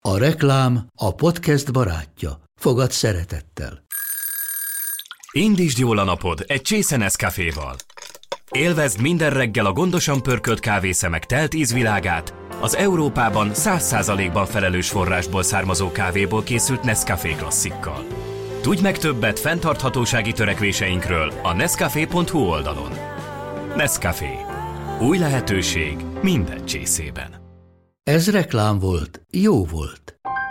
A reklám a podcast barátja. Fogad szeretettel. Indítsd jól a napod egy csésze Nescaféval. Élvezd minden reggel a gondosan pörkölt kávészemek telt ízvilágát, az Európában 100%-ban felelős forrásból származó kávéból készült Nescafé klasszikkal. Tudj meg többet fenntarthatósági törekvéseinkről a nescafé.hu oldalon. Nescafé. Új lehetőség minden csészében. Ez reklám volt, jó volt.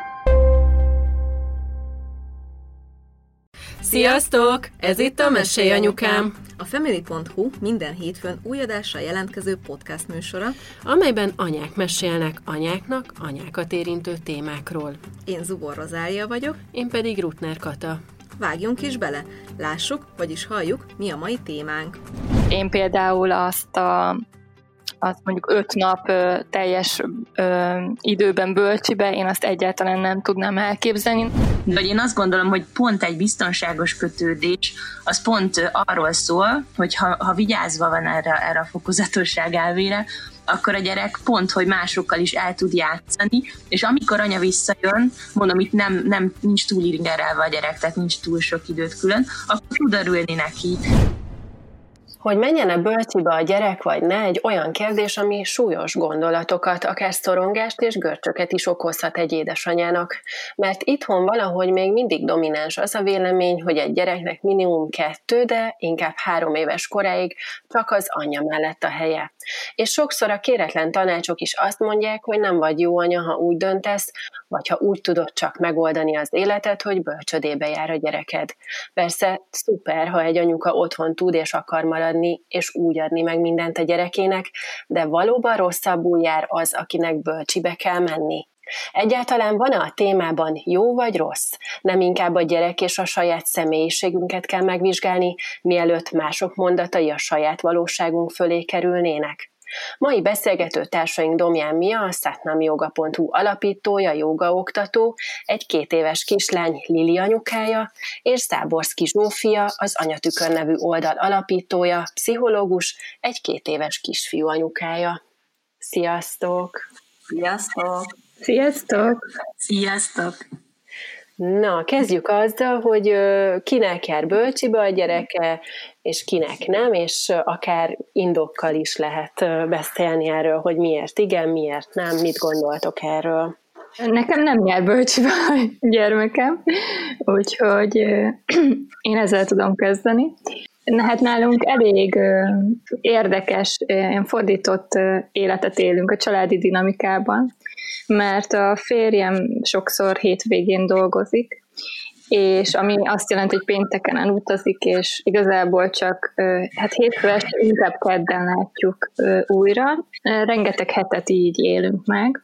Sziasztok! Ez itt a Mesélj Anyukám! A Family.hu minden hétfőn új adással jelentkező podcast műsora, amelyben anyák mesélnek anyáknak anyákat érintő témákról. Én Zubor Rozália vagyok, én pedig Rutner Kata. Vágjunk is bele, lássuk, vagyis halljuk, mi a mai témánk. Én például azt mondjuk 5 nap teljes időben bölcsibe, én azt egyáltalán nem tudnám elképzelni. De én azt gondolom, hogy pont egy biztonságos kötődés, az pont arról szól, hogy ha vigyázva van erre a fokozatosság elvére, akkor a gyerek pont, hogy másokkal is el tud játszani, és amikor anya visszajön, mondom, itt nincs túl ingerelve a gyerek, tehát nincs túl sok időt külön, akkor tud örülni neki. Hogy menjen-e bölcsibe a gyerek vagy ne, egy olyan kérdés, ami súlyos gondolatokat, akár szorongást és görcsöket is okozhat egy édesanyának. Mert itthon valahogy még mindig domináns az a vélemény, hogy egy gyereknek minimum 2, de inkább 3 éves koráig csak az anyja mellett a helye. És sokszor a kéretlen tanácsok is azt mondják, hogy nem vagy jó anya, ha úgy döntesz, vagy ha úgy tudod csak megoldani az életet, hogy bölcsödébe jár a gyereked. Persze szuper, ha egy anyuka otthon tud és akar maradni, és úgy adni meg mindent a gyerekének, de valóban rosszabbul jár az, akinek bölcsibe kell menni. Egyáltalán van-e a témában jó vagy rossz? Nem inkább a gyerek és a saját személyiségünket kell megvizsgálni, mielőtt mások mondatai a saját valóságunk fölé kerülnének? Mai beszélgető társaink Domján Mia, a Satnamyoga.hu alapítója, jogaoktató, egy 2 éves kislány Lili anyukája, és Záborszky Zsófia, az Anyatükör nevű oldal alapítója, pszichológus, egy 2 éves kisfiú anyukája. Sziasztok! Sziasztok! Sziasztok! Sziasztok! Na, kezdjük azzal, hogy kinek jár bölcsibe a gyereke, és kinek nem, és akár indokkal is lehet beszélni erről, hogy miért igen, miért nem, mit gondoltok erről. Nekem nem jár bölcsibe a gyermekem, úgyhogy én ezzel tudom kezdeni. Hát nálunk elég érdekes, fordított életet élünk a családi dinamikában, mert a férjem sokszor hétvégén dolgozik, és ami azt jelenti, hogy pénteken elutazik, és igazából csak hétfő este inkább kedden látjuk újra. Rengeteg hetet így élünk meg,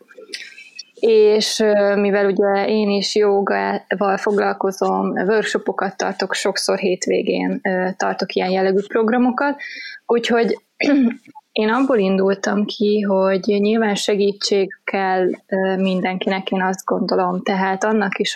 és mivel ugye én is jogával foglalkozom, workshopokat tartok, sokszor hétvégén tartok ilyen jellegű programokat, úgyhogy én abból indultam ki, hogy nyilván segítség kell mindenkinek, én azt gondolom, tehát annak is,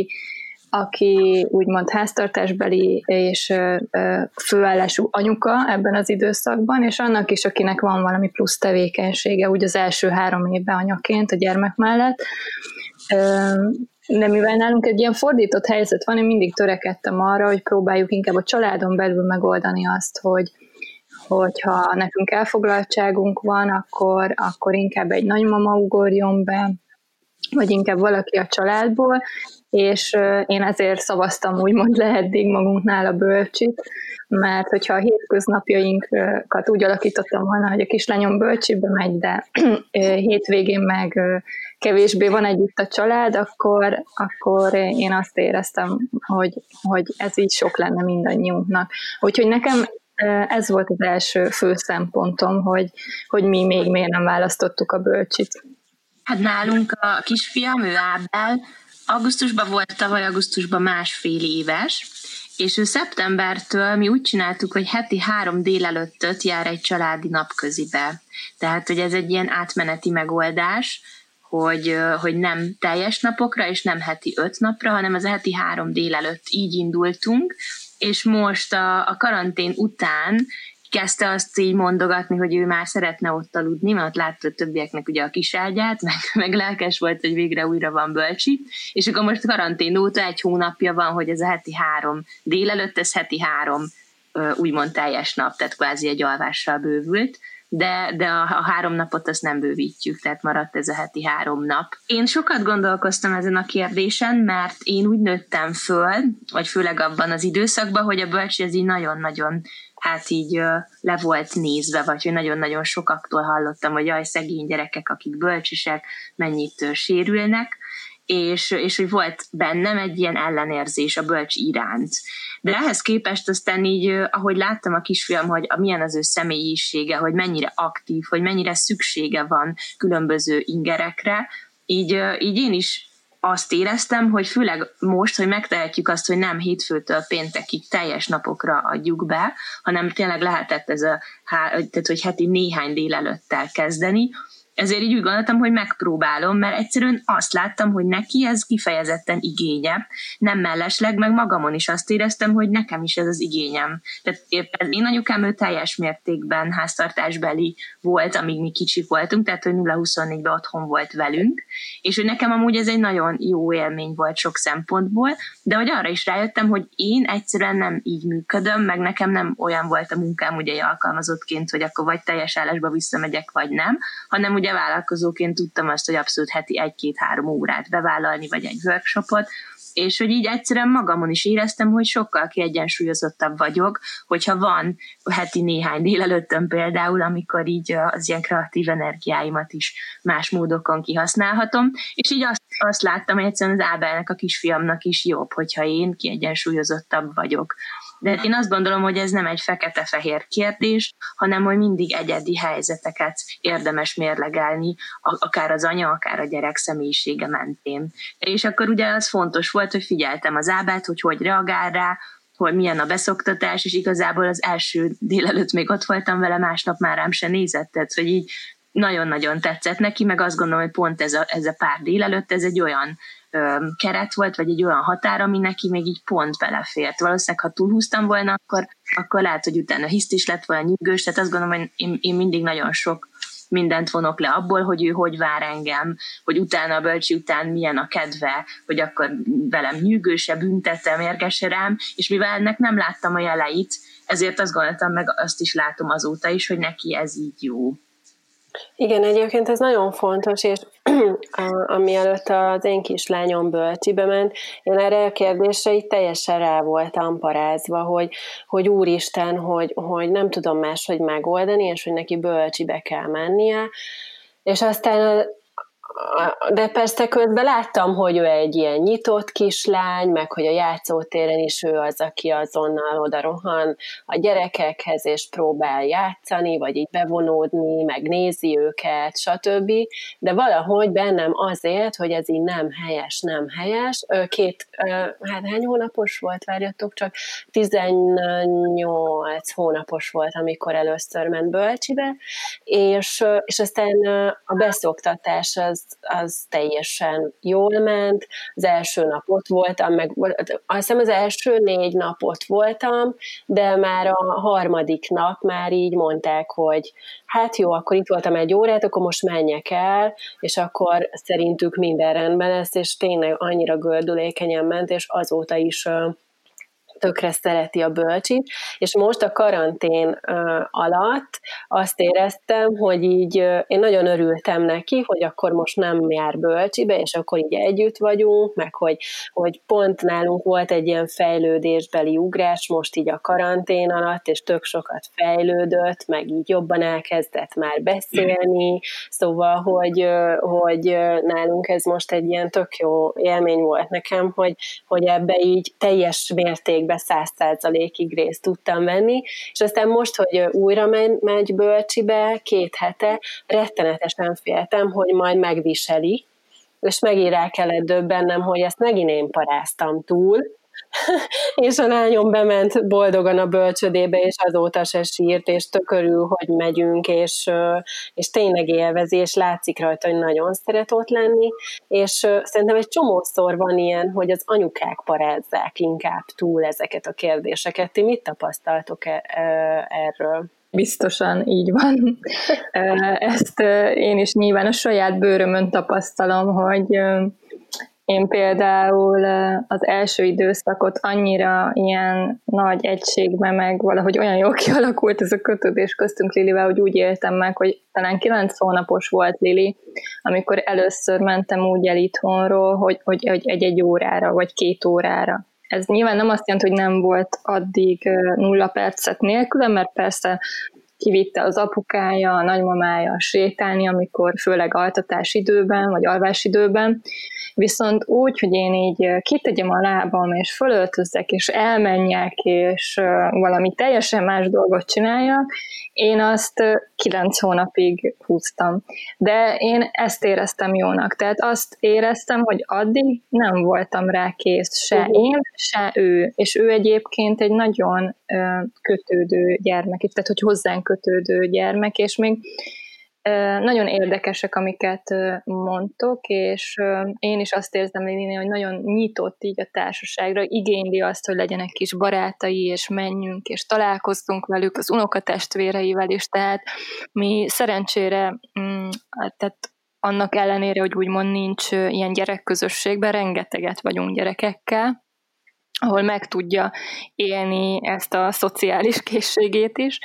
aki úgymond háztartásbeli és főállású anyuka ebben az időszakban, és annak is, akinek van valami plusz tevékenysége, úgy az első 3 évben anyaként a gyermek mellett. De mivel nálunk egy ilyen fordított helyzet van, én mindig törekedtem arra, hogy próbáljuk inkább a családon belül megoldani azt, hogyha nekünk elfoglaltságunk van, akkor inkább egy nagymama ugorjon be, vagy inkább valaki a családból, és én ezért szavaztam úgymond le eddig magunknál a bölcsit, mert hogyha a hétköznapjainkat úgy alakítottam volna, hogy a kislányom bölcsibe megy, de hétvégén meg kevésbé van együtt a család, akkor én azt éreztem, hogy ez így sok lenne mindannyiunknak. Úgyhogy nekem ez volt az első fő szempontom, hogy mi még miért nem választottuk a bölcsit. Hát nálunk a kisfiam, ő Ábel, augusztusban volt, tavaly augusztusban 1,5 éves, és ő szeptembertől mi úgy csináltuk, hogy heti 3 délelőttöt jár egy családi napközibe. Tehát, hogy ez egy ilyen átmeneti megoldás, hogy nem teljes napokra, és nem heti 5 napra, hanem az heti 3 délelőtt így indultunk, és most a karantén után kezdte azt így mondogatni, hogy ő már szeretne ott aludni, mert ott látta a többieknek ugye a kiságyát, meg lelkes volt, hogy végre újra van bölcsi, és akkor most karantén óta 1 hónapja van, hogy ez a heti 3 délelőtt, ez heti 3 úgymond teljes nap, tehát kvázi egy alvással bővült, de a 3 napot azt nem bővítjük, tehát maradt ez a heti 3 nap. Én sokat gondolkoztam ezen a kérdésen, mert én úgy nőttem föl, vagy főleg abban az időszakban, hogy a bölcsi ez így nagyon-nagyon hát így le volt nézve, vagy hogy nagyon-nagyon sokaktól hallottam, hogy jaj, szegény gyerekek, akik bölcsisek, mennyit sérülnek, és hogy volt bennem egy ilyen ellenérzés a bölcs iránt. De ehhez képest aztán így, ahogy láttam a kisfiam, hogy milyen az ő személyisége, hogy mennyire aktív, hogy mennyire szüksége van különböző ingerekre, így én is azt éreztem, hogy főleg most, hogy megtehetjük azt, hogy nem hétfőtől péntekig teljes napokra adjuk be, hanem tényleg lehetett tehát, hogy heti néhány délelőttel kezdeni, ezért így úgy gondoltam, hogy megpróbálom, mert egyszerűen azt láttam, hogy neki ez kifejezetten igénye, nem mellesleg, meg magamon is azt éreztem, hogy nekem is ez az igényem. Tehát éppen én anyukám ő teljes mértékben háztartásbeli volt, amíg mi kicsik voltunk, tehát hogy 0-24-ben otthon volt velünk, és hogy nekem amúgy ez egy nagyon jó élmény volt sok szempontból, de hogy arra is rájöttem, hogy én egyszerűen nem így működöm, meg nekem nem olyan volt a munkám ugye alkalmazottként, hogy akkor vagy teljes állásba visszamegyek, vagy nem, hanem ugye vállalkozóként tudtam azt, hogy abszolút heti 1-2-3 órát bevállalni, vagy egy workshopot, és hogy így egyszerűen magamon is éreztem, hogy sokkal kiegyensúlyozottabb vagyok, hogyha van heti néhány délelőttön például, amikor így az ilyen kreatív energiáimat is más módokon kihasználhatom, és így azt láttam, hogy egyszerűen az Ábelnek, a kisfiamnak is jobb, hogyha én kiegyensúlyozottabb vagyok. De én azt gondolom, hogy ez nem egy fekete-fehér kérdés, hanem hogy mindig egyedi helyzeteket érdemes mérlegelni, akár az anya, akár a gyerek személyisége mentén. És akkor ugye az fontos volt, hogy figyeltem az Ábát, hogy reagál rá, hogy milyen a beszoktatás, és igazából az első délelőtt még ott voltam vele, másnap már rám se nézett, tehát hogy így nagyon-nagyon tetszett neki, meg azt gondolom, hogy pont ez a pár délelőtt, ez egy olyan keret volt, vagy egy olyan határ, ami neki még így pont belefért. Valószínűleg, ha túlhúztam volna, akkor lehet, hogy utána hiszt is lett volna nyűgös, tehát azt gondolom, hogy én mindig nagyon sok mindent vonok le abból, hogy ő hogy vár engem, hogy utána a bölcsi után milyen a kedve, hogy akkor velem nyűgöse, büntette, mérgesse rám, és mivel ennek nem láttam a jeleit, ezért azt gondoltam, meg azt is látom azóta is, hogy neki ez így jó. Igen, egyébként ez nagyon fontos, és amielőtt az én kislányom bölcsibe ment, én erre a kérdésre így teljesen rá voltam parázva, hogy úristen, hogy nem tudom máshogy megoldani, és hogy neki bölcsibe kell mennie, és aztán de persze közben láttam, hogy ő egy ilyen nyitott kislány, meg hogy a játszótéren is ő az, aki azonnal oda rohan a gyerekekhez, és próbál játszani, vagy így bevonódni, meg nézi őket, stb. De valahogy bennem azért, hogy ez így nem helyes. Hát hány hónapos volt, várjatok csak, 18 hónapos volt, amikor először ment bölcsibe, és aztán a beszoktatás az teljesen jól ment, az első nap ott voltam, meg azt hiszem az első 4 nap ott voltam, de már a harmadik nap már így mondták, hogy hát jó, akkor itt voltam 1 órát, akkor most menjek el, és akkor szerintük minden rendben lesz, és tényleg annyira gördülékenyen ment, és azóta is tökre szereti a bölcsit, és most a karantén alatt azt éreztem, hogy így én nagyon örültem neki, hogy akkor most nem jár bölcsibe, és akkor így együtt vagyunk, meg hogy pont nálunk volt egy ilyen fejlődésbeli ugrás most így a karantén alatt, és tök sokat fejlődött, meg így jobban elkezdett már beszélni, szóval, hogy nálunk ez most egy ilyen tök jó élmény volt nekem, hogy ebbe így teljes mértékben 100%-ig részt tudtam venni, és aztán most, hogy újra megy bölcsibe 2 hete, rettenetesen féltem, hogy majd megviseli, és megint rá kellett döbbennem, hogy ezt megint én paráztam túl, és a lányom bement boldogan a bölcsödébe, és azóta se sírt, és tök örül, hogy megyünk, és tényleg élvezi, és látszik rajta, hogy nagyon szeret ott lenni, és szerintem egy csomószor van ilyen, hogy az anyukák parázzák inkább túl ezeket a kérdéseket. Ti mit tapasztaltok erről? biztosan így van. Ezt én is nyilván a saját bőrömön tapasztalom, hogy én például az első időszakot annyira ilyen nagy egységben, meg valahogy olyan jól kialakult ez a kötődés köztünk Lilivel, hogy úgy éltem meg, hogy talán 9 hónapos volt Lili, amikor először mentem úgy el itthonról, hogy egy órára, vagy 2 órára. Ez nyilván nem azt jelenti, hogy nem volt addig 0 percet nélkül, mert persze kivitte az apukája, a nagymamája sétálni, amikor főleg altatás időben, vagy alvás időben, viszont úgy, hogy én így kitegyem a lábam, és fölöltözzek, és elmenjek, és valami teljesen más dolgot csináljak, én azt 9 hónapig húztam. De én ezt éreztem jónak. Tehát azt éreztem, hogy addig nem voltam rá kész, se én, se ő. És ő egyébként egy nagyon kötődő gyermek, tehát hogy hozzánk kötődő gyermek, és még nagyon érdekesek, amiket mondtok, és én is azt érzem, Lilinél, hogy nagyon nyitott így a társaságra, igényli azt, hogy legyenek kis barátai, és menjünk, és találkoztunk velük, az unokatestvéreivel is, tehát mi szerencsére, tehát annak ellenére, hogy úgymond nincs ilyen gyerekközösségben, rengeteget vagyunk gyerekekkel, ahol meg tudja élni ezt a szociális készségét is,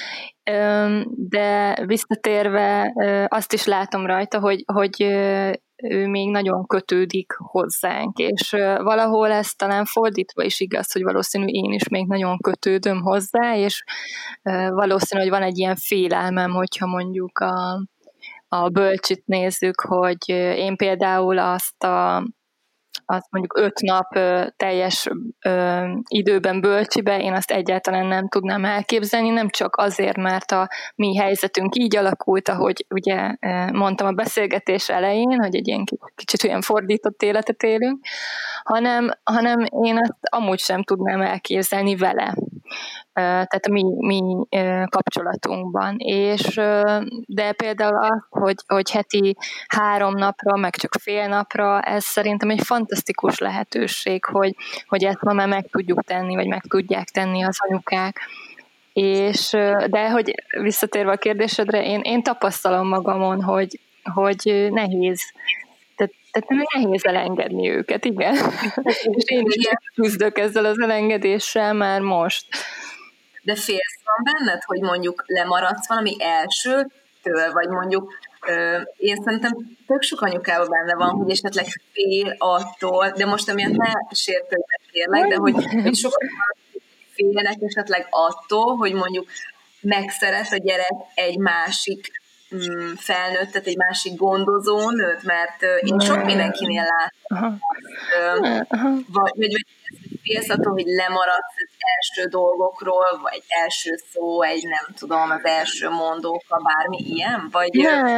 de visszatérve azt is látom rajta, hogy ő még nagyon kötődik hozzánk, és valahol ez talán fordítva is igaz, hogy valószínű én is még nagyon kötődöm hozzá, és valószínű, hogy van egy ilyen félelmem, hogyha mondjuk a bölcsit nézzük, hogy én például azt mondjuk 5 nap teljes időben bölcsibe, én azt egyáltalán nem tudnám elképzelni, nem csak azért, mert a mi helyzetünk így alakult, ahogy ugye mondtam a beszélgetés elején, hogy egy ilyen kicsit olyan fordított életet élünk, hanem én ezt amúgy sem tudnám elképzelni vele. Tehát a mi kapcsolatunkban. De például az, hogy heti 3 napra, meg csak fél napra, ez szerintem egy fantasztikus lehetőség, hogy ezt ma már meg tudjuk tenni, vagy meg tudják tenni az anyukák. De hogy visszatérve a kérdésedre, én tapasztalom magamon, hogy nehéz. Tehát nehéz elengedni őket, igen. És én is küzdök ezzel az elengedéssel már most. De félsz van benned, hogy mondjuk lemaradsz valami elsőtől, vagy mondjuk én szerintem tök sok anyukában benne van, hogy esetleg fél attól, de most emiatt ne sértődj meg kérlek, de hogy sokan félnek esetleg attól, hogy mondjuk megszerez a gyerek egy másik felnőttet, egy másik gondozónőt, mert én sok mindenkinél látom, vagy félsz attól, hogy lemaradsz az első dolgokról, vagy első szó, egy nem tudom, az első mondóka, bármi ilyen? Vagy...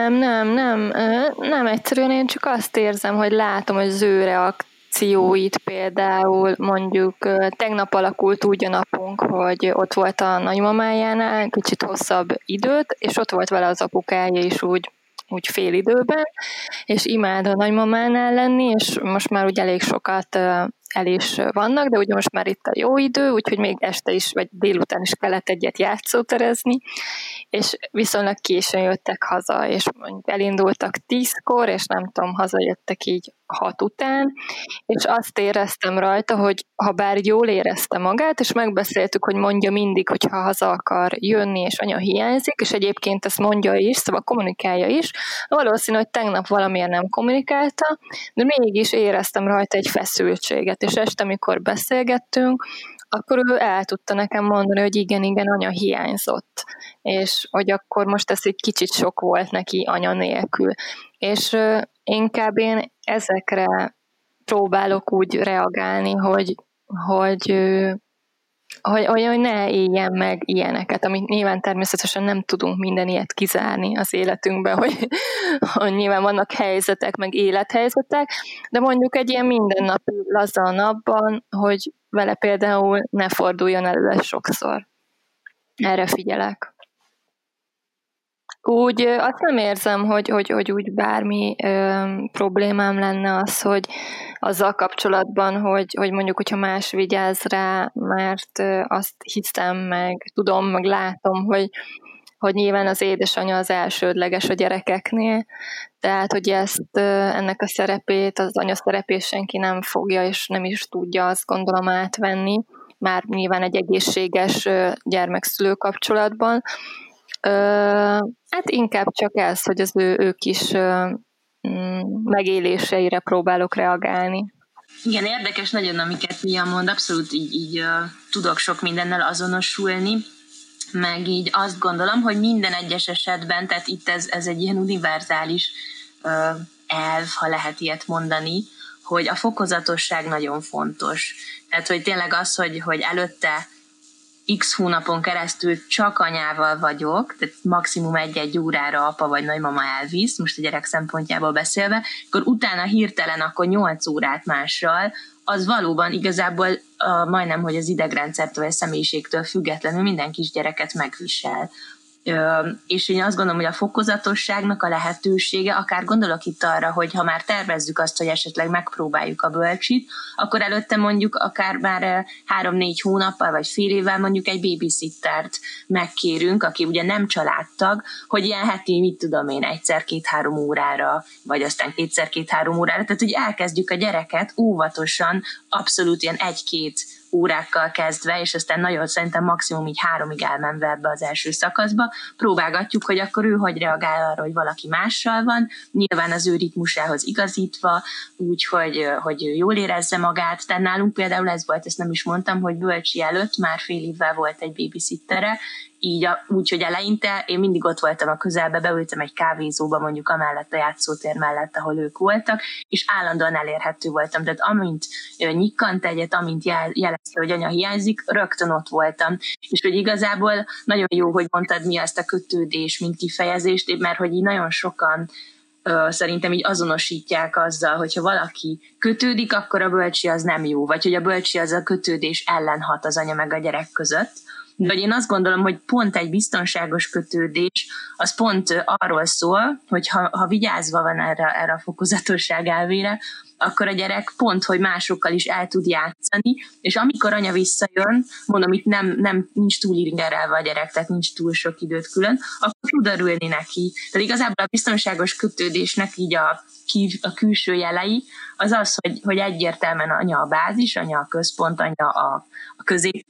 Nem, egyszerűen én csak azt érzem, hogy látom, hogy az ő reakcióit például mondjuk tegnap alakult úgy a napunk, hogy ott volt a nagymamájánál kicsit hosszabb időt, és ott volt vele az apukája is úgy fél időben, és imád a nagymamánál lenni, és most már úgy elég sokat el is vannak, de ugye most már itt a jó idő, úgyhogy még este is, vagy délután is kellett egyet játszóterezni, és viszonylag későn jöttek haza, és mondjuk elindultak 10-kor, és nem tudom, hazajöttek így 6 után, és azt éreztem rajta, hogy ha bár jól érezte magát, és megbeszéltük, hogy mondja mindig, hogyha haza akar jönni, és anya hiányzik, és egyébként ezt mondja is, szóval kommunikálja is, valószínű, hogy tegnap valamiért nem kommunikálta, de mégis éreztem rajta egy feszültséget, és este, amikor beszélgettünk, akkor ő el tudta nekem mondani, hogy igen, anya hiányzott, és hogy akkor most ez egy kicsit sok volt neki anya nélkül. És inkább én ezekre próbálok úgy reagálni, hogy ne éljen meg ilyeneket, amit nyilván természetesen nem tudunk minden ilyet kizárni az életünkben, hogy nyilván vannak helyzetek, meg élethelyzetek, de mondjuk egy ilyen mindennapi laza napban, hogy vele például ne forduljon elő ez sokszor. Erre figyelek. Úgy azt nem érzem, hogy úgy bármi problémám lenne az, hogy azzal kapcsolatban, hogy mondjuk, hogyha más vigyáz rá, mert azt hiszem, meg tudom, meg látom, hogy nyilván az édesanyja az elsődleges a gyerekeknél, tehát, hogy ennek a szerepét, az anya szerepét senki nem fogja, és nem is tudja, azt gondolom, átvenni, már nyilván egy egészséges gyermekszülő kapcsolatban. Hát inkább csak ez, hogy az ő kis megéléseire próbálok reagálni. Igen, érdekes nagyon, amiket Mia mond, abszolút így tudok sok mindennel azonosulni, meg így azt gondolom, hogy minden egyes esetben, tehát itt ez egy ilyen univerzális elv, ha lehet ilyet mondani, hogy a fokozatosság nagyon fontos. Tehát, hogy tényleg az, hogy előtte x hónapon keresztül csak anyával vagyok, tehát maximum egy órára apa vagy nagymama elvisz, most a gyerek szempontjából beszélve, akkor utána hirtelen akkor 8 órát mással, az valóban igazából majdnem, hogy az idegrendszertől vagy a személyiségtől függetlenül minden kisgyereket megvisel. És én azt gondolom, hogy a fokozatosságnak a lehetősége, akár gondolok itt arra, hogy ha már tervezzük azt, hogy esetleg megpróbáljuk a bölcsit, akkor előtte mondjuk akár már 3-4 hónappal vagy fél évvel mondjuk egy babysittert megkérünk, aki ugye nem családtag, hogy ilyen heti, mit tudom én, 1-2-3 órára, vagy aztán 2-2-3 órára, tehát hogy elkezdjük a gyereket óvatosan, abszolút ilyen 1-2 órákkal kezdve, és aztán nagyon szerintem maximum így 3-ig elmenve ebbe az első szakaszba, próbálgatjuk, hogy akkor ő hogy reagál arra, hogy valaki mással van, nyilván az ő ritmusához igazítva, hogy jól érezze magát, tehát nálunk például ez volt, ezt nem is mondtam, hogy bölcsi előtt már fél évvel volt egy babysittere, így úgy, hogy eleinte én mindig ott voltam a közelbe, beültem egy kávézóba, mondjuk amellett a játszótér mellett, ahol ők voltak, és állandóan elérhető voltam. Tehát amint nyikkant egyet, amint jelezte, hogy anya hiányzik, rögtön ott voltam. És hogy igazából nagyon jó, hogy mondtad mi ezt a kötődés, mint kifejezést, mert hogy így nagyon sokan szerintem így azonosítják azzal, hogyha valaki kötődik, akkor a bölcsi az nem jó, vagy hogy a bölcsi az a kötődés ellen hat az anya meg a gyerek között. Vagy én azt gondolom, hogy pont egy biztonságos kötődés, az pont arról szól, hogy ha vigyázva van erre a fokozatosság elvére, akkor a gyerek pont, hogy másokkal is el tud játszani, és amikor anya visszajön, mondom, itt nincs túl ingerelve a gyerek, tehát nincs túl sok időt külön, akkor tud örülni neki. Tehát igazából a biztonságos kötődésnek így a külső jelei, az, hogy egyértelműen anya a bázis, anya a központ, anya a középpont,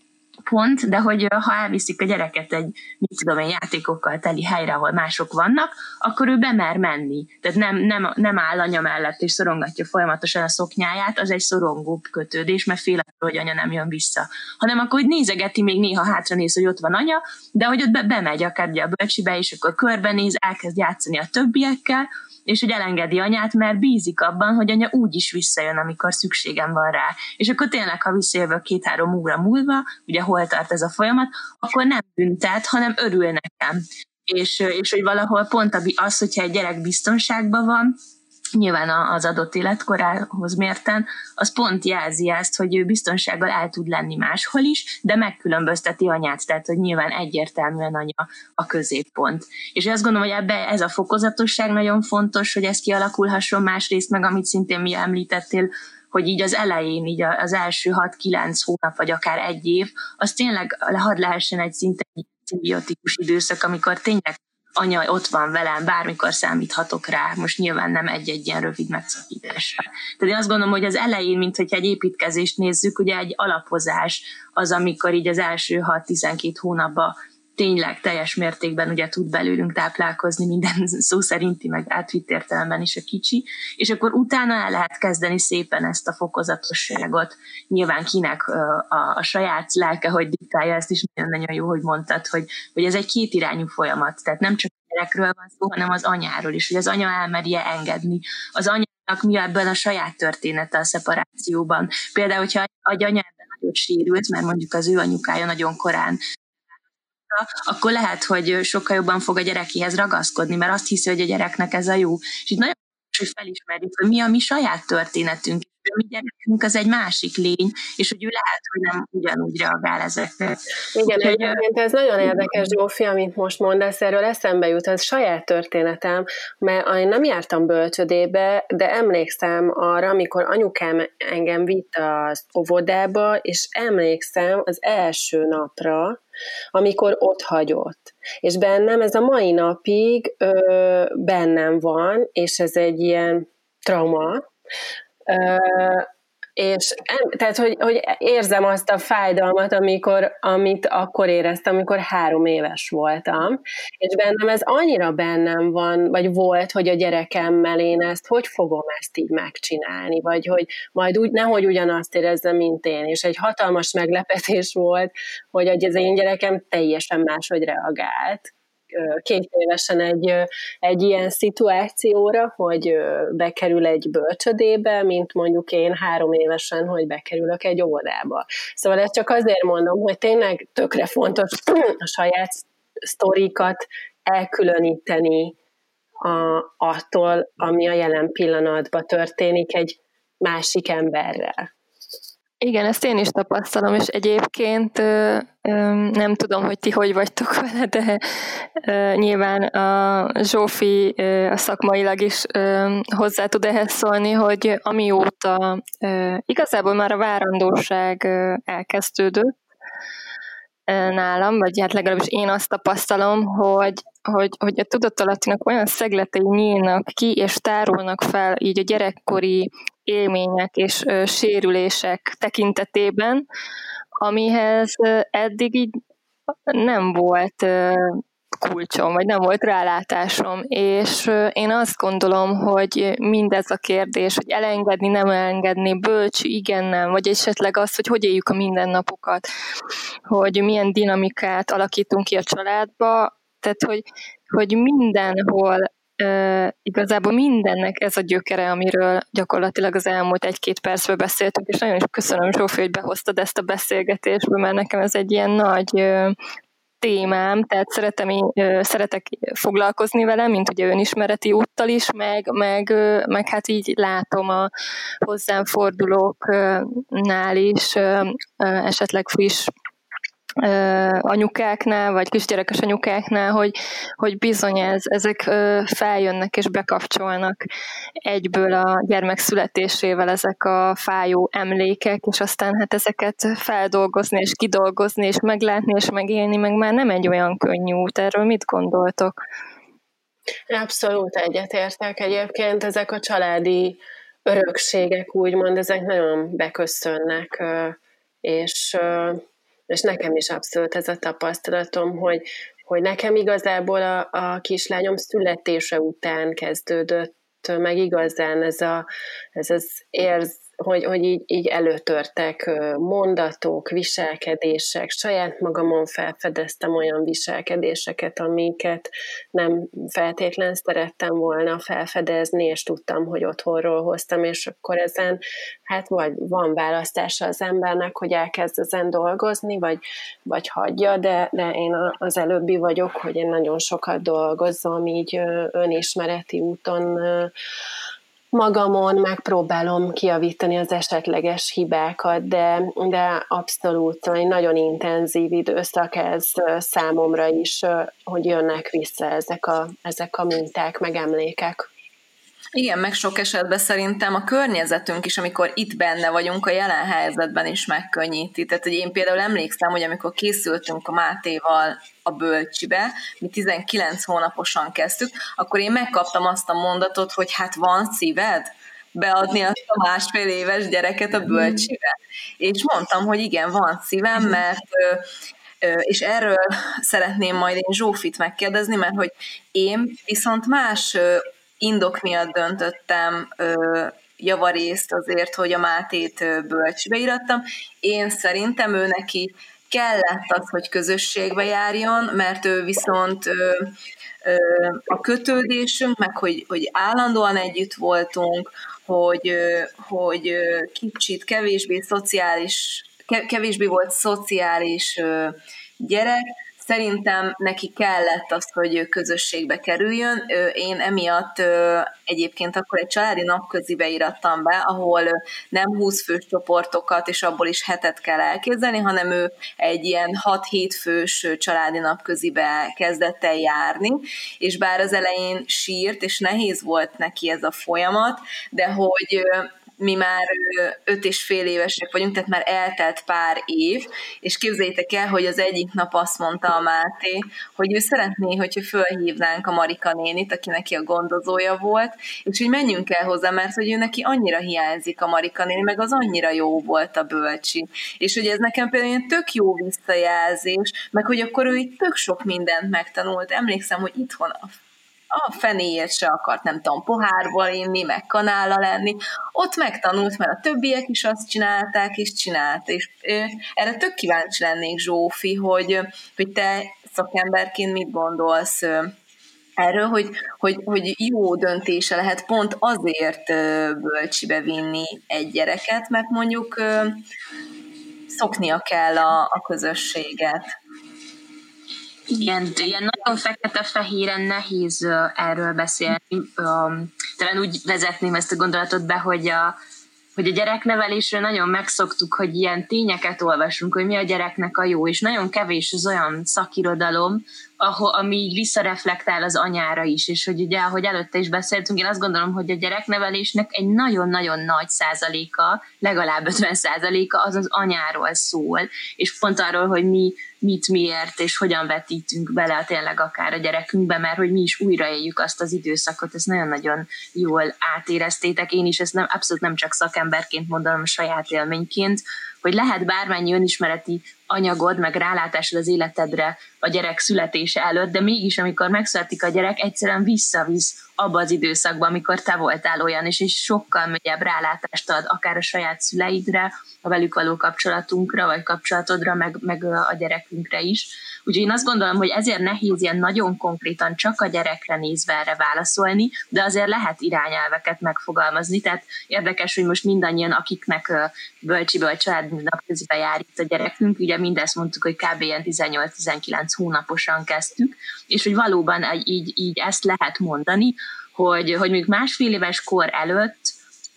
de hogy ha elviszik a gyereket egy, mit tudom én, játékokkal teli helyre, ahol mások vannak, akkor ő bemer menni. Tehát nem áll anya mellett és szorongatja folyamatosan a szoknyáját, az egy szorongó kötődés, mert fél attól, hogy anya nem jön vissza. Hanem akkor hogy nézegeti, még néha hátranéz, hogy ott van anya, de hogy ott bemegy akár ugye a bölcsibe, és akkor körbenéz, elkezd játszani a többiekkel, és hogy elengedi anyát, mert bízik abban, hogy anya úgy is visszajön, amikor szükségem van rá. És akkor tényleg, ha visszajövök 2-3 óra múlva, ugye hol tart ez a folyamat, akkor nem büntet, hanem örül nekem. És hogy valahol pont az, hogyha egy gyerek biztonságban van, nyilván az adott életkorához mérten, az pont jelzi ezt, hogy ő biztonsággal el tud lenni máshol is, de megkülönbözteti anyát, tehát hogy nyilván egyértelműen anya a középpont. És azt gondolom, hogy ebbe ez a fokozatosság nagyon fontos, hogy ez kialakulhasson, másrészt meg, amit szintén mi említettél, hogy így az elején, így az első 6-9 hónap, vagy akár 1 év, az tényleg hadd lehessen egy szinte szimbiotikus időszak, amikor tényleg anya ott van velem, bármikor számíthatok rá, most nyilván nem egy ilyen rövid megszakításra. Tehát én azt gondolom, hogy az elején, mint hogyha egy építkezést nézzük, ugye egy alapozás az, amikor így az első 6-12 hónapban tényleg teljes mértékben ugye tud belőlünk táplálkozni minden szó szerinti, meg átvitt értelemben is a kicsi, és akkor utána el lehet kezdeni szépen ezt a fokozatosságot. Nyilván kinek a saját lelke, hogy diktálja, ezt is nagyon-nagyon jó, hogy mondtad, hogy ez egy kétirányú folyamat, tehát nem csak a gyerekről van szó, hanem az anyáról is, hogy az anya elmerje engedni. Az anyának mi ebben a saját története a szeparációban. Például, hogyha egy anya ebben nagyon sérült, mert mondjuk az ő anyukája nagyon korán, akkor lehet, hogy sokkal jobban fog a gyerekéhez ragaszkodni, mert azt hiszi, hogy a gyereknek ez a jó. És itt nagyon fontos, hogy felismerjük, hogy mi a mi saját történetünk. mi gyerekünk az egy másik lény, és hogy ő lehet, hogy nem ugyanúgy reagál ezekre. Igen, egyébként ez nagyon érdekes, Zsófi, amit most mondasz, erről eszembe jut, ez saját történetem, mert én nem jártam bölcsödébe, de emlékszem arra, amikor anyukám engem vitt az óvodába, és emlékszem az első napra, amikor ott hagyott. És bennem ez a mai napig bennem van, és ez egy ilyen trauma, és tehát, hogy érzem azt a fájdalmat, amit akkor éreztem, amikor 3 éves voltam, és bennem ez annyira bennem van, vagy volt, hogy a gyerekemmel én hogy fogom ezt így megcsinálni, vagy hogy majd nehogy ugyanazt érezzem, mint én, és egy hatalmas meglepetés volt, hogy az én gyerekem teljesen máshogy reagált. 2 évesen egy ilyen szituációra, hogy bekerül egy bölcsödébe, mint mondjuk én 3 évesen, hogy bekerülök egy óvodába. Szóval ezt csak azért mondom, hogy tényleg tökre fontos a saját sztorikat elkülöníteni attól, ami a jelen pillanatban történik egy másik emberrel. Igen, ezt én is tapasztalom, és egyébként nem tudom, hogy ti hogy vagytok vele, de nyilván a Zsófi szakmailag is hozzá tud ehhez szólni, hogy amióta igazából már a várandóság elkezdődött nálam, vagy hát legalábbis én azt tapasztalom, hogy a tudatalattinak olyan szegletei nyílnak ki, és tárolnak fel így a gyerekkori élmények és sérülések tekintetében, amihez eddig így nem volt kulcsom, vagy nem volt rálátásom, és én azt gondolom, hogy mindez a kérdés, hogy elengedni, nem elengedni, bölcs, igen, nem, vagy esetleg az, hogy éljük a mindennapokat, hogy milyen dinamikát alakítunk ki a családba, tehát, hogy mindenhol igazából mindennek ez a gyökere, amiről gyakorlatilag az elmúlt 1-2 percben beszéltünk, és nagyon is köszönöm, Zsófi, hogy behoztad ezt a beszélgetésbe, mert nekem ez egy ilyen nagy témám, tehát szeretek foglalkozni vele, mint ugye önismereti úttal is, meg hát így látom a hozzám fordulóknál is esetleg friss anyukáknál, vagy kisgyerekes anyukáknál, hogy bizony ezek feljönnek és bekapcsolnak egyből a gyermek születésével ezek a fájó emlékek, és aztán hát ezeket feldolgozni és kidolgozni és meglátni és megélni, meg már nem egy olyan könnyű út. Erről mit gondoltok? Abszolút egyetértek. Egyébként ezek a családi örökségek, úgymond, ezek nagyon beköszönnek, és nekem is abszolút ez a tapasztalatom, hogy nekem igazából a kislányom születése után kezdődött meg igazán ez az hogy így előtörtek mondatok, viselkedések, saját magamon felfedeztem olyan viselkedéseket, amiket nem feltétlen szerettem volna felfedezni, és tudtam, hogy otthonról hoztam, és akkor ezen hát vagy van választása az embernek, hogy elkezd ezen dolgozni, vagy hagyja, de én az előbbi vagyok, hogy én nagyon sokat dolgozom így önismereti úton, magamon megpróbálom kijavítani az esetleges hibákat, de abszolút egy nagyon intenzív időszak ez számomra is, hogy jönnek vissza ezek a minták, meg emlékek. Igen, meg sok esetben szerintem a környezetünk is, amikor itt benne vagyunk, a jelen helyzetben is megkönnyíti. Tehát, hogy én például emlékszem, hogy amikor készültünk a Mátéval a bölcsibe, mi 19 hónaposan kezdtük, akkor én megkaptam azt a mondatot, hogy hát van szíved beadni azt a 1,5 éves gyereket a bölcsibe? És mondtam, hogy igen, van szívem, mert és erről szeretném majd én Zsófit megkérdezni, mert hogy én viszont más indok miatt döntöttem javarészt azért, hogy a Mátét bölcsibe irattam. Én szerintem ő neki kellett az, hogy közösségbe járjon, mert ő viszont a kötődésünk, meg hogy állandóan együtt voltunk, hogy kicsit kevésbé volt szociális gyerek, Szerintem neki kellett az, hogy közösségbe kerüljön. Én emiatt egyébként akkor egy családi napközibe írattam be, ahol nem 20 fős csoportokat, és abból is hetet kell elképzelni, hanem ő egy ilyen 6-7 fős családi napközibe kezdett el járni, és bár az elején sírt, és nehéz volt neki ez a folyamat, de hogy mi már 5,5 évesek vagyunk, tehát már eltelt pár év, és képzeljétek el, hogy az egyik nap azt mondta a Máté, hogy ő szeretné, hogyha fölhívnánk a Marika nénit, aki neki a gondozója volt, és hogy menjünk el hozzá, mert hogy ő neki annyira hiányzik a Marika néni, meg az annyira jó volt a bölcsi. És hogy ez nekem például ilyen tök jó visszajelzés, meg hogy akkor ő itt tök sok mindent megtanult. Emlékszem, hogy itthon a fenéért se akart, nem tudom, pohárból inni, meg kanállal lenni. Ott megtanult, mert a többiek is azt csinálták, és csinálta. És erre tök kíváncsi lennék, Zsófi, hogy te szakemberként mit gondolsz erről, hogy jó döntése lehet pont azért bölcsibe vinni egy gyereket, mert mondjuk szoknia kell a közösséget. Igen, ilyen nagyon fekete-fehéren nehéz erről beszélni. Talán úgy vezetném ezt a gondolatot be, hogy a gyereknevelésről nagyon megszoktuk, hogy ilyen tényeket olvasunk, hogy mi a gyereknek a jó, és nagyon kevés az olyan szakirodalom, ami visszareflektál az anyára is, és hogy ugye, ahogy előtte is beszéltünk, én azt gondolom, hogy a gyereknevelésnek egy nagyon-nagyon nagy százaléka, legalább 50%-a az az anyáról szól, és pont arról, hogy mi mit, miért, és hogyan vetítünk bele tényleg akár a gyerekünkbe, mert hogy mi is újraéljük azt az időszakot, ezt nagyon-nagyon jól átéreztétek, én is ezt abszolút nem csak szakemberként mondom, saját élményként, hogy lehet bármennyi önismereti anyagod, meg rálátásod az életedre a gyerek születése előtt, de mégis, amikor megszületik a gyerek, egyszerűen visszavisz abba az időszakba, amikor te voltál olyan, és sokkal mélyebb rálátást ad akár a saját szüleidre, a velük való kapcsolatunkra, vagy kapcsolatodra, meg a gyerekünkre is. Úgyhogy én azt gondolom, hogy ezért nehéz ilyen nagyon konkrétan csak a gyerekre nézve erre válaszolni, de azért lehet irányelveket megfogalmazni, tehát érdekes, hogy most mindannyian, akiknek bölcsibe, családi napközibe jár itt a gyerekünk, ugye mindezt mondtuk, hogy kb. 18-19 hónaposan kezdtük, és hogy valóban így ezt lehet mondani, hogy mondjuk 1,5 éves kor előtt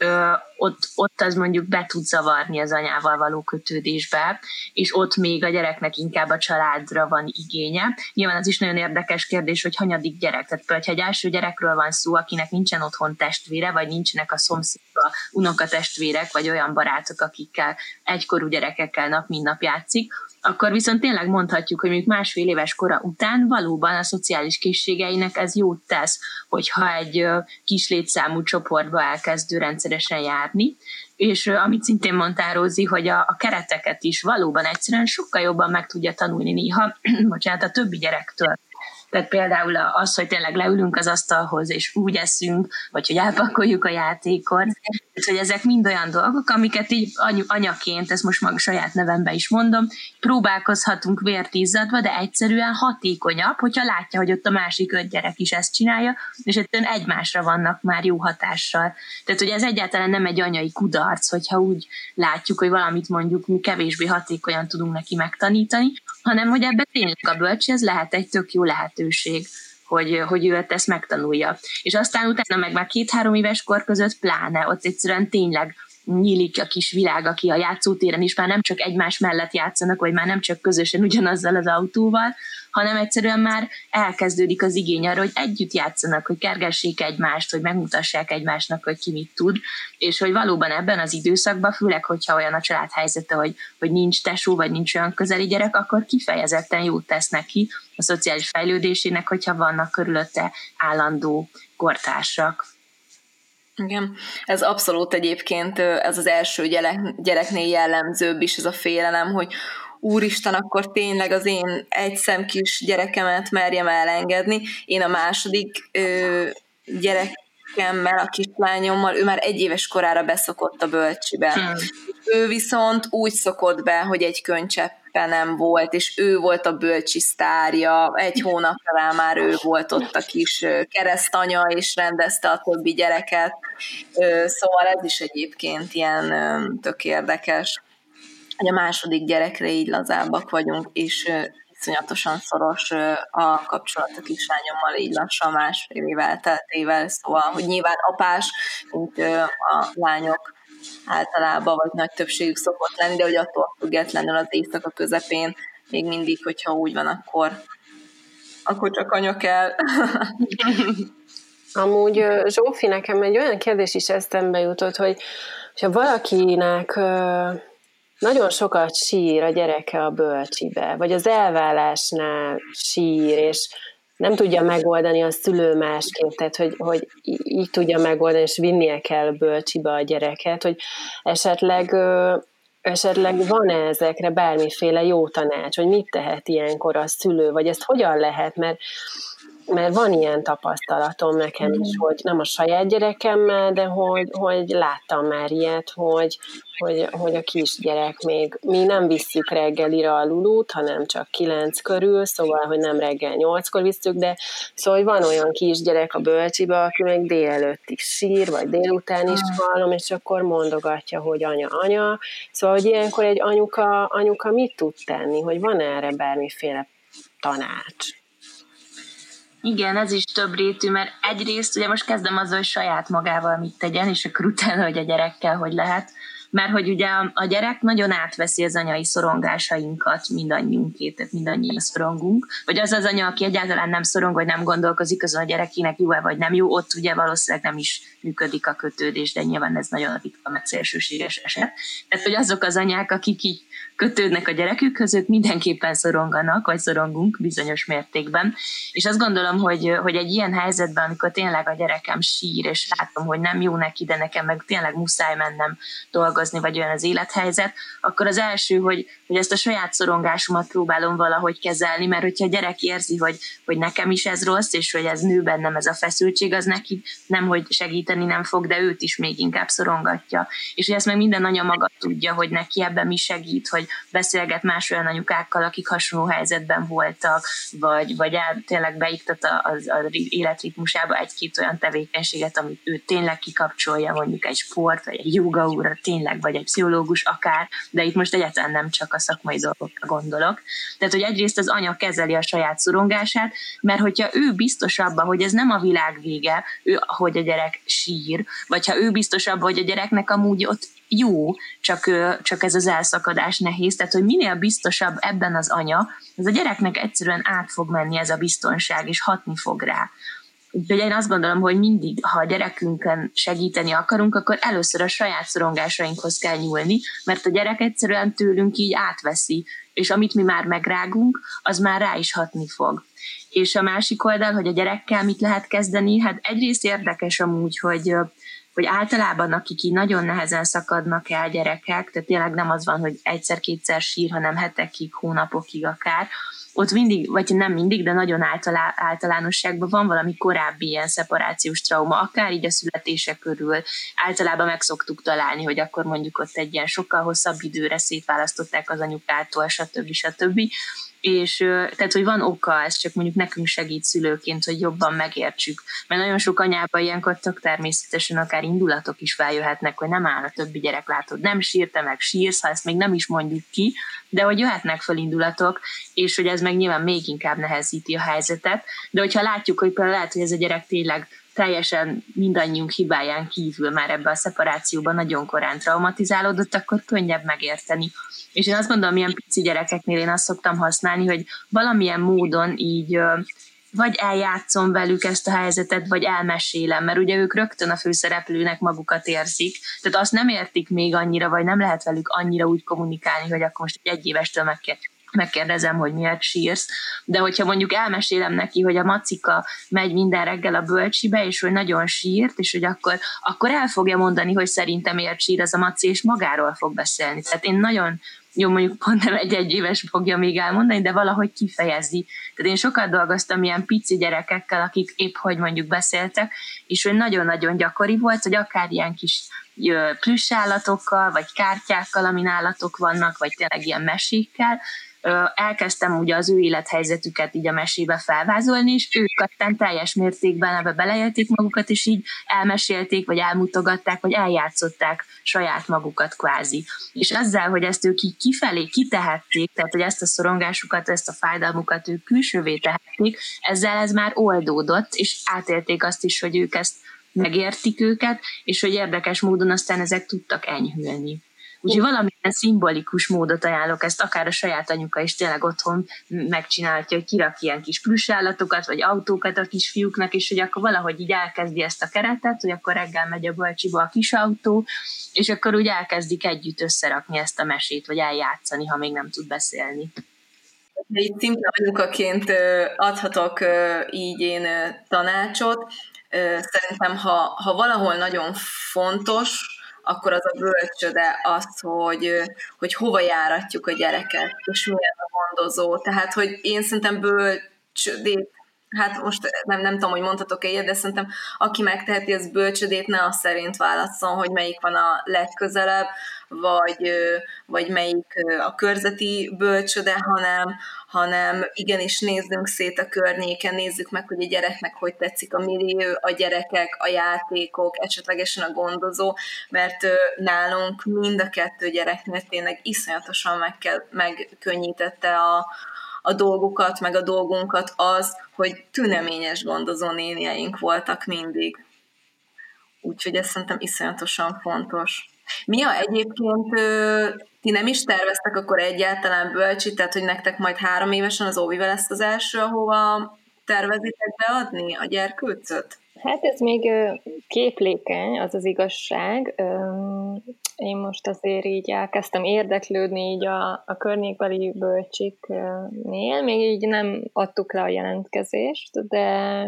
ott az mondjuk be tud zavarni az anyával való kötődésbe, és ott még a gyereknek inkább a családra van igénye. Nyilván az is nagyon érdekes kérdés, hogy hanyadik gyerek. Tehát például, ha egy első gyerekről van szó, akinek nincsen otthon testvére, vagy nincsenek a szomszédban unokatestvérek, vagy olyan barátok, akikkel egykorú gyerekekkel nap mint nap játszik, akkor viszont tényleg mondhatjuk, hogy mondjuk 1,5 éves kora után valóban a szociális készségeinek ez jót tesz, hogyha egy kis létszámú csoportba elkezdő rendszeresen járni, és amit szintén mondtál, Rózi, hogy a kereteket is valóban egyszerűen sokkal jobban meg tudja tanulni néha, a többi gyerektől. Tehát például az, hogy tényleg leülünk az asztalhoz, és úgy eszünk, vagy hogy elpakoljuk a játékot. Tehát, hogy ezek mind olyan dolgok, amiket így anyaként, ezt most maga saját nevemben is mondom, próbálkozhatunk vért izzadva, de egyszerűen hatékonyabb, hogyha látja, hogy ott a másik 5 gyerek is ezt csinálja, és egyszerűen egymásra vannak már jó hatással. Tehát, hogy ez egyáltalán nem egy anyai kudarc, hogyha úgy látjuk, hogy valamit mondjuk mi kevésbé hatékonyan tudunk neki megtanítani, hanem hogy ebben tényleg a bölcsi, ez lehet egy tök jó lehetőség, hogy ő ezt megtanulja. És aztán utána meg már 2-3 éves kor között pláne, ott egyszerűen tényleg nyílik a kis világ, aki a játszótéren is már nem csak egymás mellett játszanak, vagy már nem csak közösen ugyanazzal az autóval, hanem egyszerűen már elkezdődik az igény arra, hogy együtt játszanak, hogy kergessék egymást, hogy megmutassák egymásnak, hogy ki mit tud, és hogy valóban ebben az időszakban, főleg, hogyha olyan a család helyzete, hogy nincs tesó, vagy nincs olyan közeli gyerek, akkor kifejezetten jót tesz neki a szociális fejlődésének, hogyha vannak körülötte állandó kortársak. Igen, ez abszolút egyébként, ez az első gyereknél jellemzőbb is, ez a félelem, hogy úristen, akkor tényleg az én egyszem kis gyerekemet merjem elengedni. Én a második gyerekemmel, a kislányommal, ő már 1 éves korára beszokott a bölcsibe. Ő viszont úgy szokott be, hogy egy könycseppe nem volt, és ő volt a bölcsi sztárja, 1 hónapra rá már ő volt ott a kis keresztanya, és rendezte a többi gyereket. Szóval ez is egyébként ilyen tök érdekes, hogy a második gyerekre így lazábbak vagyunk, és iszonyatosan szoros a kapcsolat a kislányommal, így lassan másfél év elteltével, szóval, hogy nyilván apás, mint a lányok általában, vagy nagy többségük szokott lenni, de hogy attól függetlenül az éjszaka közepén még mindig, hogyha úgy van, akkor csak anya kell. Amúgy Zsófi, nekem egy olyan kérdés is eszembe jutott, hogy ha valakinek nagyon sokat sír a gyereke a bölcsibe, vagy az elválásnál sír, és nem tudja megoldani a szülő másként, tehát hogy így tudja megoldani, és vinnie kell a bölcsibe a gyereket, hogy esetleg van-e ezekre bármiféle jó tanács, hogy mit tehet ilyenkor a szülő, vagy ezt hogyan lehet, mert van ilyen tapasztalatom nekem is, hogy nem a saját gyerekemmel, de hogy láttam már ilyet, hogy a kisgyerek még, mi nem visszük reggelire a Lulut, hanem csak 9 körül, szóval, hogy nem reggel 8-kor visszük, de szóval, hogy van olyan kisgyerek a bölcsibe, aki még délelőtt is sír, vagy délután is hallom, és akkor mondogatja, hogy anya. Szóval, hogy ilyenkor egy anyuka mit tud tenni, hogy van erre bármiféle tanács? Igen, ez is több rétű, mert egyrészt ugye most kezdem azzal, hogy saját magával mit tegyen, és akkor utána, hogy a gyerekkel hogy lehet, mert hogy ugye a gyerek nagyon átveszi az anyai szorongásainkat mindannyiunkét, tehát mindannyian szorongunk, vagy az az anya, aki egyáltalán nem szorong, vagy nem gondolkozik azon a gyerekének jó-e vagy nem jó, ott ugye valószínűleg nem is működik a kötődés, de nyilván ez nagyon ritka, meg szélsőséges eset. Tehát, hogy azok az anyák, akik így kötődnek a gyerekükhöz, ők mindenképpen szoronganak, vagy szorongunk bizonyos mértékben. És azt gondolom, hogy egy ilyen helyzetben, amikor tényleg a gyerekem sír, és látom, hogy nem jó neki, de nekem meg tényleg muszáj mennem dolgozni, vagy olyan az élethelyzet, akkor az első, hogy ezt a saját szorongásomat próbálom valahogy kezelni, mert hogyha a gyerek érzi, hogy nekem is ez rossz, és hogy ez nő bennem ez a feszültség, az neki nem, hogy segíteni nem fog, de őt is még inkább szorongatja. És hogy ezt meg minden anya maga tudja, hogy neki ebben mi segít, hogy beszélget más olyan anyukákkal, akik hasonló helyzetben voltak, vagy tényleg beiktat az életritmusába egy-két olyan tevékenységet, amit ő tényleg kikapcsolja, mondjuk egy sport, vagy egy joga óra, tényleg, vagy egy pszichológus akár, de itt most egyáltalán nem csak a szakmai dolgokra gondolok. Tehát, hogy egyrészt az anya kezeli a saját szorongását, mert hogyha ő biztos abban, hogy ez nem a világ vége, hogy a gyerek sír, vagy ha ő biztos abban, hogy a gyereknek amúgy ott jó, csak ez az elszakadás nehéz, tehát hogy minél biztosabb ebben az anya, az a gyereknek egyszerűen át fog menni ez a biztonság, és hatni fog rá. Úgyhogy én azt gondolom, hogy mindig, ha a gyerekünkön segíteni akarunk, akkor először a saját szorongásainkhoz kell nyúlni, mert a gyerek egyszerűen tőlünk így átveszi, és amit mi már megrágunk, az már rá is hatni fog. És a másik oldal, hogy a gyerekkel mit lehet kezdeni, hát egyrészt érdekes amúgy, hogy általában akik így nagyon nehezen szakadnak el gyerekek, tehát tényleg nem az van, hogy egyszer-kétszer sír, hanem hetekig, hónapokig akár, ott mindig, vagy nem mindig, de nagyon általánosságban van valami korábbi ilyen szeparációs trauma, akár így a születése körül. Általában meg szoktuk találni, hogy akkor mondjuk ott egy ilyen sokkal hosszabb időre szétválasztották az anyukától, stb. És tehát, hogy van oka, ez csak mondjuk nekünk segít szülőként, hogy jobban megértsük. Mert nagyon sok anyában ilyenkor tök természetesen akár indulatok is feljöhetnek, hogy nem áll a többi gyerek, látod, nem sír, te meg sírsz, ha ezt még nem is mondjuk ki, de hogy jöhetnek fel indulatok, és hogy ez meg nyilván még inkább nehezíti a helyzetet. De hogyha látjuk, hogy például lehet, hogy ez a gyerek tényleg teljesen mindannyiunk hibáján kívül már ebbe a szeparációban nagyon korán traumatizálódott, akkor könnyebb megérteni. És én azt gondolom, ilyen pici gyerekeknél én azt szoktam használni, hogy valamilyen módon így vagy eljátszom velük ezt a helyzetet, vagy elmesélem, mert ugye ők rögtön a főszereplőnek magukat érzik, tehát azt nem értik még annyira, vagy nem lehet velük annyira úgy kommunikálni, hogy akkor most egy évestől megkérdezem, hogy miért sírsz, de hogyha mondjuk elmesélem neki, hogy a macika megy minden reggel a bölcsibe, és hogy nagyon sírt, és hogy akkor el fogja mondani, hogy szerintem miért sír az a maci, és magáról fog beszélni. Tehát én nagyon jó, mondjuk pont nem egy éves fogja még elmondani, de valahogy kifejezi. Tehát én sokat dolgoztam ilyen pici gyerekekkel, akik épp hogy mondjuk beszéltek, és hogy nagyon-nagyon gyakori volt, hogy akár ilyen kis plüss állatokkal, vagy kártyákkal, amin állatok vannak, vagy tényleg ilyen mesékkel, elkezdtem ugye az ő élethelyzetüket így a mesébe felvázolni, és ők aztán teljes mértékben ebbe beleélték magukat, és így elmesélték, vagy elmutogatták, vagy eljátszották saját magukat kvázi. És ezzel, hogy ezt ők így kifelé kitehették, tehát hogy ezt a szorongásukat, ezt a fájdalmukat ők külsővé tehették, ezzel ez már oldódott, és átélték azt is, hogy ők ezt megértik őket, és hogy érdekes módon aztán ezek tudtak enyhülni. Úgyhogy valamilyen szimbolikus módot ajánlok, ezt akár a saját anyuka is tényleg otthon megcsinálhatja, hogy kirak ilyen kis plüssállatokat, vagy autókat a kisfiúknak, és hogy akkor valahogy így elkezdi ezt a keretet, hogy akkor reggel megy a bölcsiba a kis autó, és akkor úgy elkezdik együtt összerakni ezt a mesét, vagy eljátszani, ha még nem tud beszélni. Itt szimpla anyukaként adhatok így én tanácsot. Szerintem, ha valahol nagyon fontos, akkor az a bölcsöde az, hogy hova járatjuk a gyereket, és milyen a gondozó. Tehát, hogy én szerintem bölcsödét, hát most nem tudom, hogy mondhatok-e ilyet, de szerintem aki megteheti, az bölcsödét ne azt szerint válasszon, hogy melyik van a legközelebb, vagy melyik a körzeti bölcsöde, hanem igenis nézzünk szét a környéken, nézzük meg, hogy a gyereknek hogy tetszik a millió, a gyerekek, a játékok, esetlegesen a gondozó, mert nálunk mind a kettő gyereknél tényleg iszonyatosan megkönnyítette a dolgokat, meg a dolgunkat az, hogy tüneményes gondozó néniaink voltak mindig. Úgyhogy ez szerintem iszonyatosan fontos. Mia, egyébként ti nem is terveztek akkor egyáltalán bölcsit, tehát hogy nektek majd 3 évesen az óvivel lesz az első, ahova tervezitek beadni a gyerkőcöt? Hát ez még képlékeny, az az igazság. Én most azért így elkezdtem érdeklődni így a környékbeli bölcsiknél, még így nem adtuk le a jelentkezést, de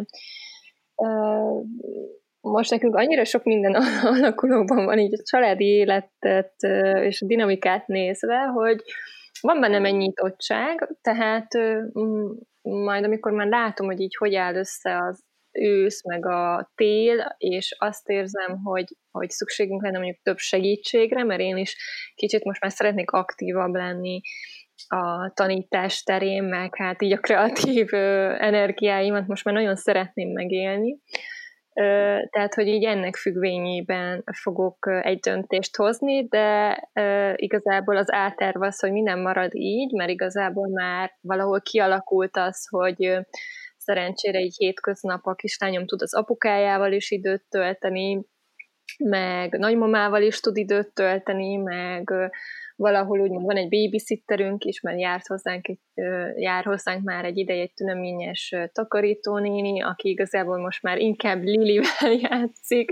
most nekünk annyira sok minden alakulóban van így a családi életet és a dinamikát nézve, hogy van bennem egy nyitottság, tehát majd amikor már látom, hogy így hogy áll össze az ősz, meg a tél, és azt érzem, hogy szükségünk lenne mondjuk több segítségre, mert én is kicsit most már szeretnék aktívabb lenni a tanítás terén, meg hát így a kreatív energiáimat most már nagyon szeretném megélni. Tehát, hogy így ennek függvényében fogok egy döntést hozni, de igazából az áterv az, hogy minden marad így, mert igazából már valahol kialakult az, hogy szerencsére így hétköznap a kislányom tud az apukájával is időt tölteni, meg nagymamával is tud időt tölteni, meg valahol úgymond van egy babysitterünk is, mert jár hozzánk már egy ideje egy tüneményes takarítónéni, aki igazából most már inkább Lilivel játszik,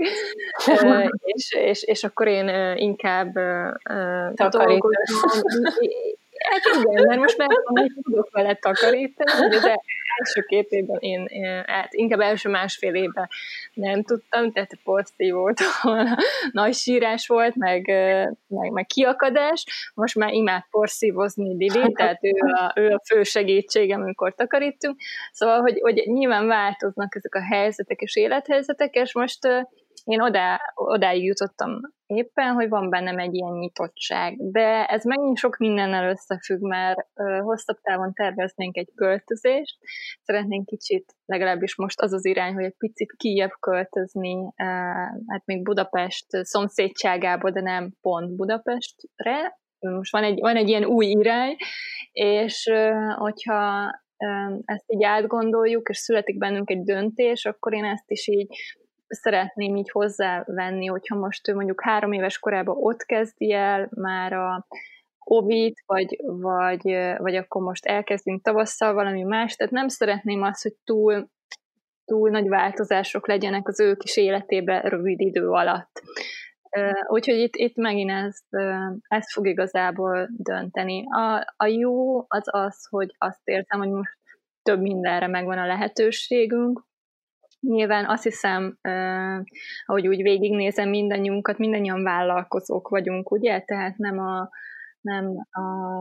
és akkor én inkább dolgozom. Hát igen, mert most már tudok vele takarítani, de első 2 évben én inkább első 1,5 évben nem tudtam, tehát porszívót, nagy sírás volt, meg kiakadás. Most már imád porszívozni Lili, tehát ő a fő segítségem, amikor takarítunk. Szóval, hogy nyilván változnak ezek a helyzetek és élethelyzetek, és most én odáig jutottam éppen, hogy van bennem egy ilyen nyitottság. De ez megint sok mindennel összefügg, mert hosszabb távon terveznénk egy költözést. Szeretnénk kicsit, legalábbis most az az irány, hogy egy picit kijebb költözni, hát még Budapest szomszédságába, de nem pont Budapestre. Most van egy ilyen új irány, és hogyha ezt így átgondoljuk, és születik bennünk egy döntés, akkor én ezt is így szeretném így hozzávenni, hogyha most ő mondjuk 3 éves korában ott kezdi el már a óvit, vagy akkor most elkezdünk tavasszal valami más, tehát nem szeretném azt, hogy túl nagy változások legyenek az ő kis életében rövid idő alatt. Úgyhogy itt megint ez fog igazából dönteni. A jó az, hogy azt érzem, hogy most több mindenre megvan a lehetőségünk. Nyilván azt hiszem, ahogy úgy végignézem mindannyian vállalkozók vagyunk, ugye? Tehát nem a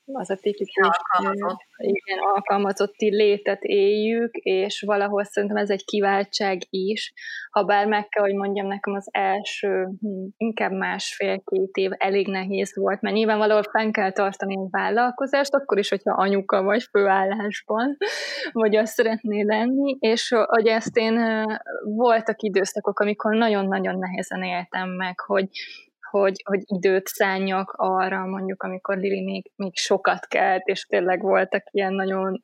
az a tipikus alkalmazotti létet éljük, és valahol szerintem ez egy kiváltság is, ha bár meg kell, hogy mondjam, nekem az első inkább 1,5-2 év elég nehéz volt, mert nyilván valahol fenn kell tartani egy vállalkozást, akkor is, hogyha anyuka vagy főállásban, vagy azt szeretné lenni, és hogy ezt én voltak időszakok, amikor nagyon-nagyon nehezen éltem meg, hogy időt szánjak arra, mondjuk, amikor Lili még sokat kelt, és tényleg voltak ilyen nagyon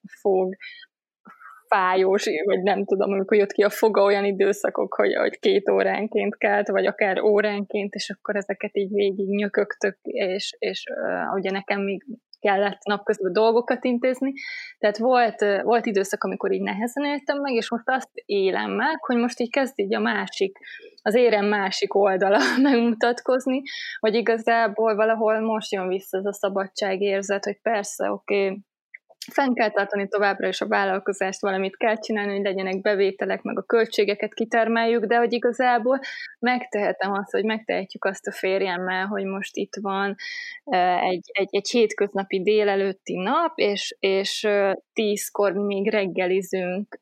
fájós, vagy nem tudom, amikor jött ki a foga, olyan időszakok, hogy 2 óránként kelt, vagy akár óránként, és akkor ezeket így végig nyökögtök, és ugye nekem még kellett napközben dolgokat intézni, tehát volt időszak, amikor így nehezen éltem meg, és most azt élem meg, hogy most így kezd így az érem másik oldala megmutatkozni, hogy igazából valahol most jön vissza ez a szabadságérzet, hogy persze, oké, fenn kell tartani továbbra is a vállalkozást, valamit kell csinálni, hogy legyenek bevételek, meg a költségeket kitermeljük, de hogy igazából megtehetem azt, hogy megtehetjük azt a férjemmel, hogy most itt van egy hétköznapi délelőtti nap, és 10-kor még reggelizünk,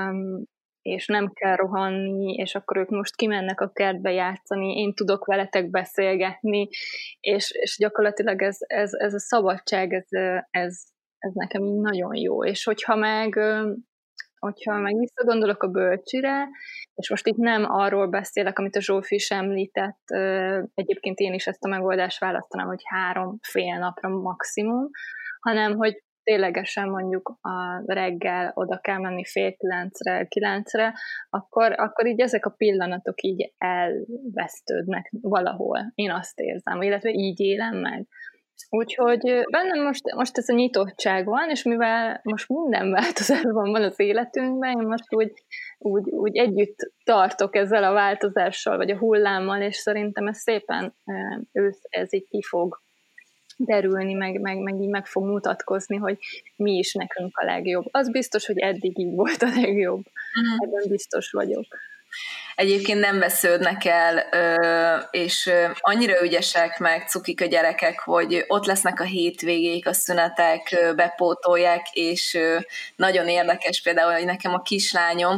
és nem kell rohanni, és akkor ők most kimennek a kertbe játszani, én tudok veletek beszélgetni, és gyakorlatilag ez a szabadság, ez nekem így nagyon jó. És hogyha meg visszagondolok a bölcsire, és most itt nem arról beszélek, amit a Zsófi is említett, egyébként én is ezt a megoldást választanám, hogy 3 fél napra maximum, hanem hogy ténylegesen mondjuk a reggel oda kell menni 8:30-re, 9-re, akkor így ezek a pillanatok így elvesztődnek valahol. Én azt érzem, illetve így élem meg. Úgyhogy bennem most ez a nyitottság van, és mivel most minden változásban van az életünkben, én most úgy együtt tartok ezzel a változással, vagy a hullámmal, és szerintem ez szépen ez így ki fog derülni, meg így meg fog mutatkozni, hogy mi is nekünk a legjobb. Az biztos, hogy eddig így volt a legjobb. Ebben biztos vagyok. Egyébként nem vesződnek el, és annyira ügyesek meg cukik a gyerekek, hogy ott lesznek a hétvégék, a szünetek, bepótolják, és nagyon érdekes például, hogy nekem a kislányom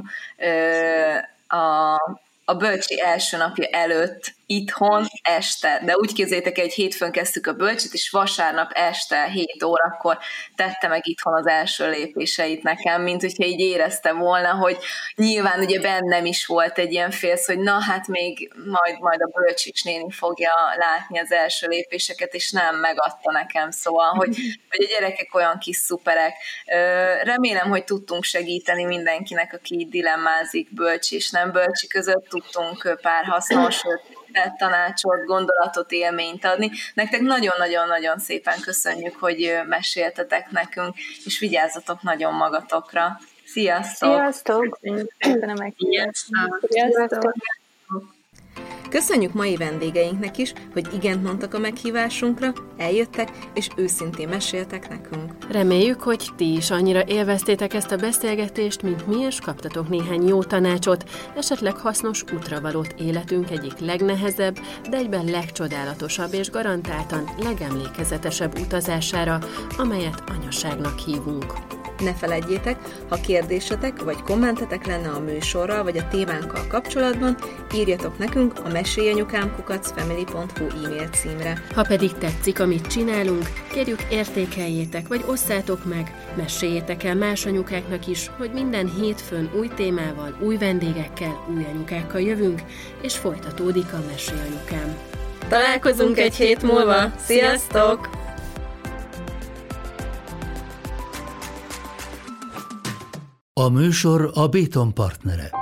a bölcsi első napja előtt itthon este, de úgy képzeljétek, egy hétfőn kezdtük a bölcsit, és vasárnap este 7 órakor tette meg itthon az első lépéseit nekem, mint hogyha így érezte volna, hogy nyilván ugye bennem is volt egy ilyen félsz, hogy na hát még majd a bölcsics néni fogja látni az első lépéseket, és nem megadta nekem, szóval, hogy a gyerekek olyan kis szuperek. Remélem, hogy tudtunk segíteni mindenkinek, aki dilemmázik bölcsi és nem bölcsi között, tudtunk pár hasznos tanácsot, gondolatot, élményt adni. Nektek nagyon-nagyon-nagyon szépen köszönjük, hogy meséltetek nekünk, és vigyázzatok nagyon magatokra. Sziasztok! Sziasztok! Sziasztok! Köszönjük mai vendégeinknek is, hogy igent mondtak a meghívásunkra, eljöttek és őszintén meséltek nekünk. Reméljük, hogy ti is annyira élveztétek ezt a beszélgetést, mint mi, és kaptatok néhány jó tanácsot, esetleg hasznos útravalót életünk egyik legnehezebb, de egyben legcsodálatosabb és garantáltan legemlékezetesebb utazására, amelyet anyaságnak hívunk. Ne feledjétek, ha kérdésetek vagy kommentetek lenne a műsorral vagy a témánkkal kapcsolatban, írjatok nekünk a mesélyanyukám@family.hu e-mail címre. Ha pedig tetszik, amit csinálunk, kérjük értékeljétek vagy osszátok meg, meséljétek el más anyukáknak is, hogy minden hétfőn új témával, új vendégekkel, új anyukákkal jövünk, és folytatódik a Mesélyanyukám. Találkozunk egy hét múlva! Sziasztok! A műsor a Béton partnere.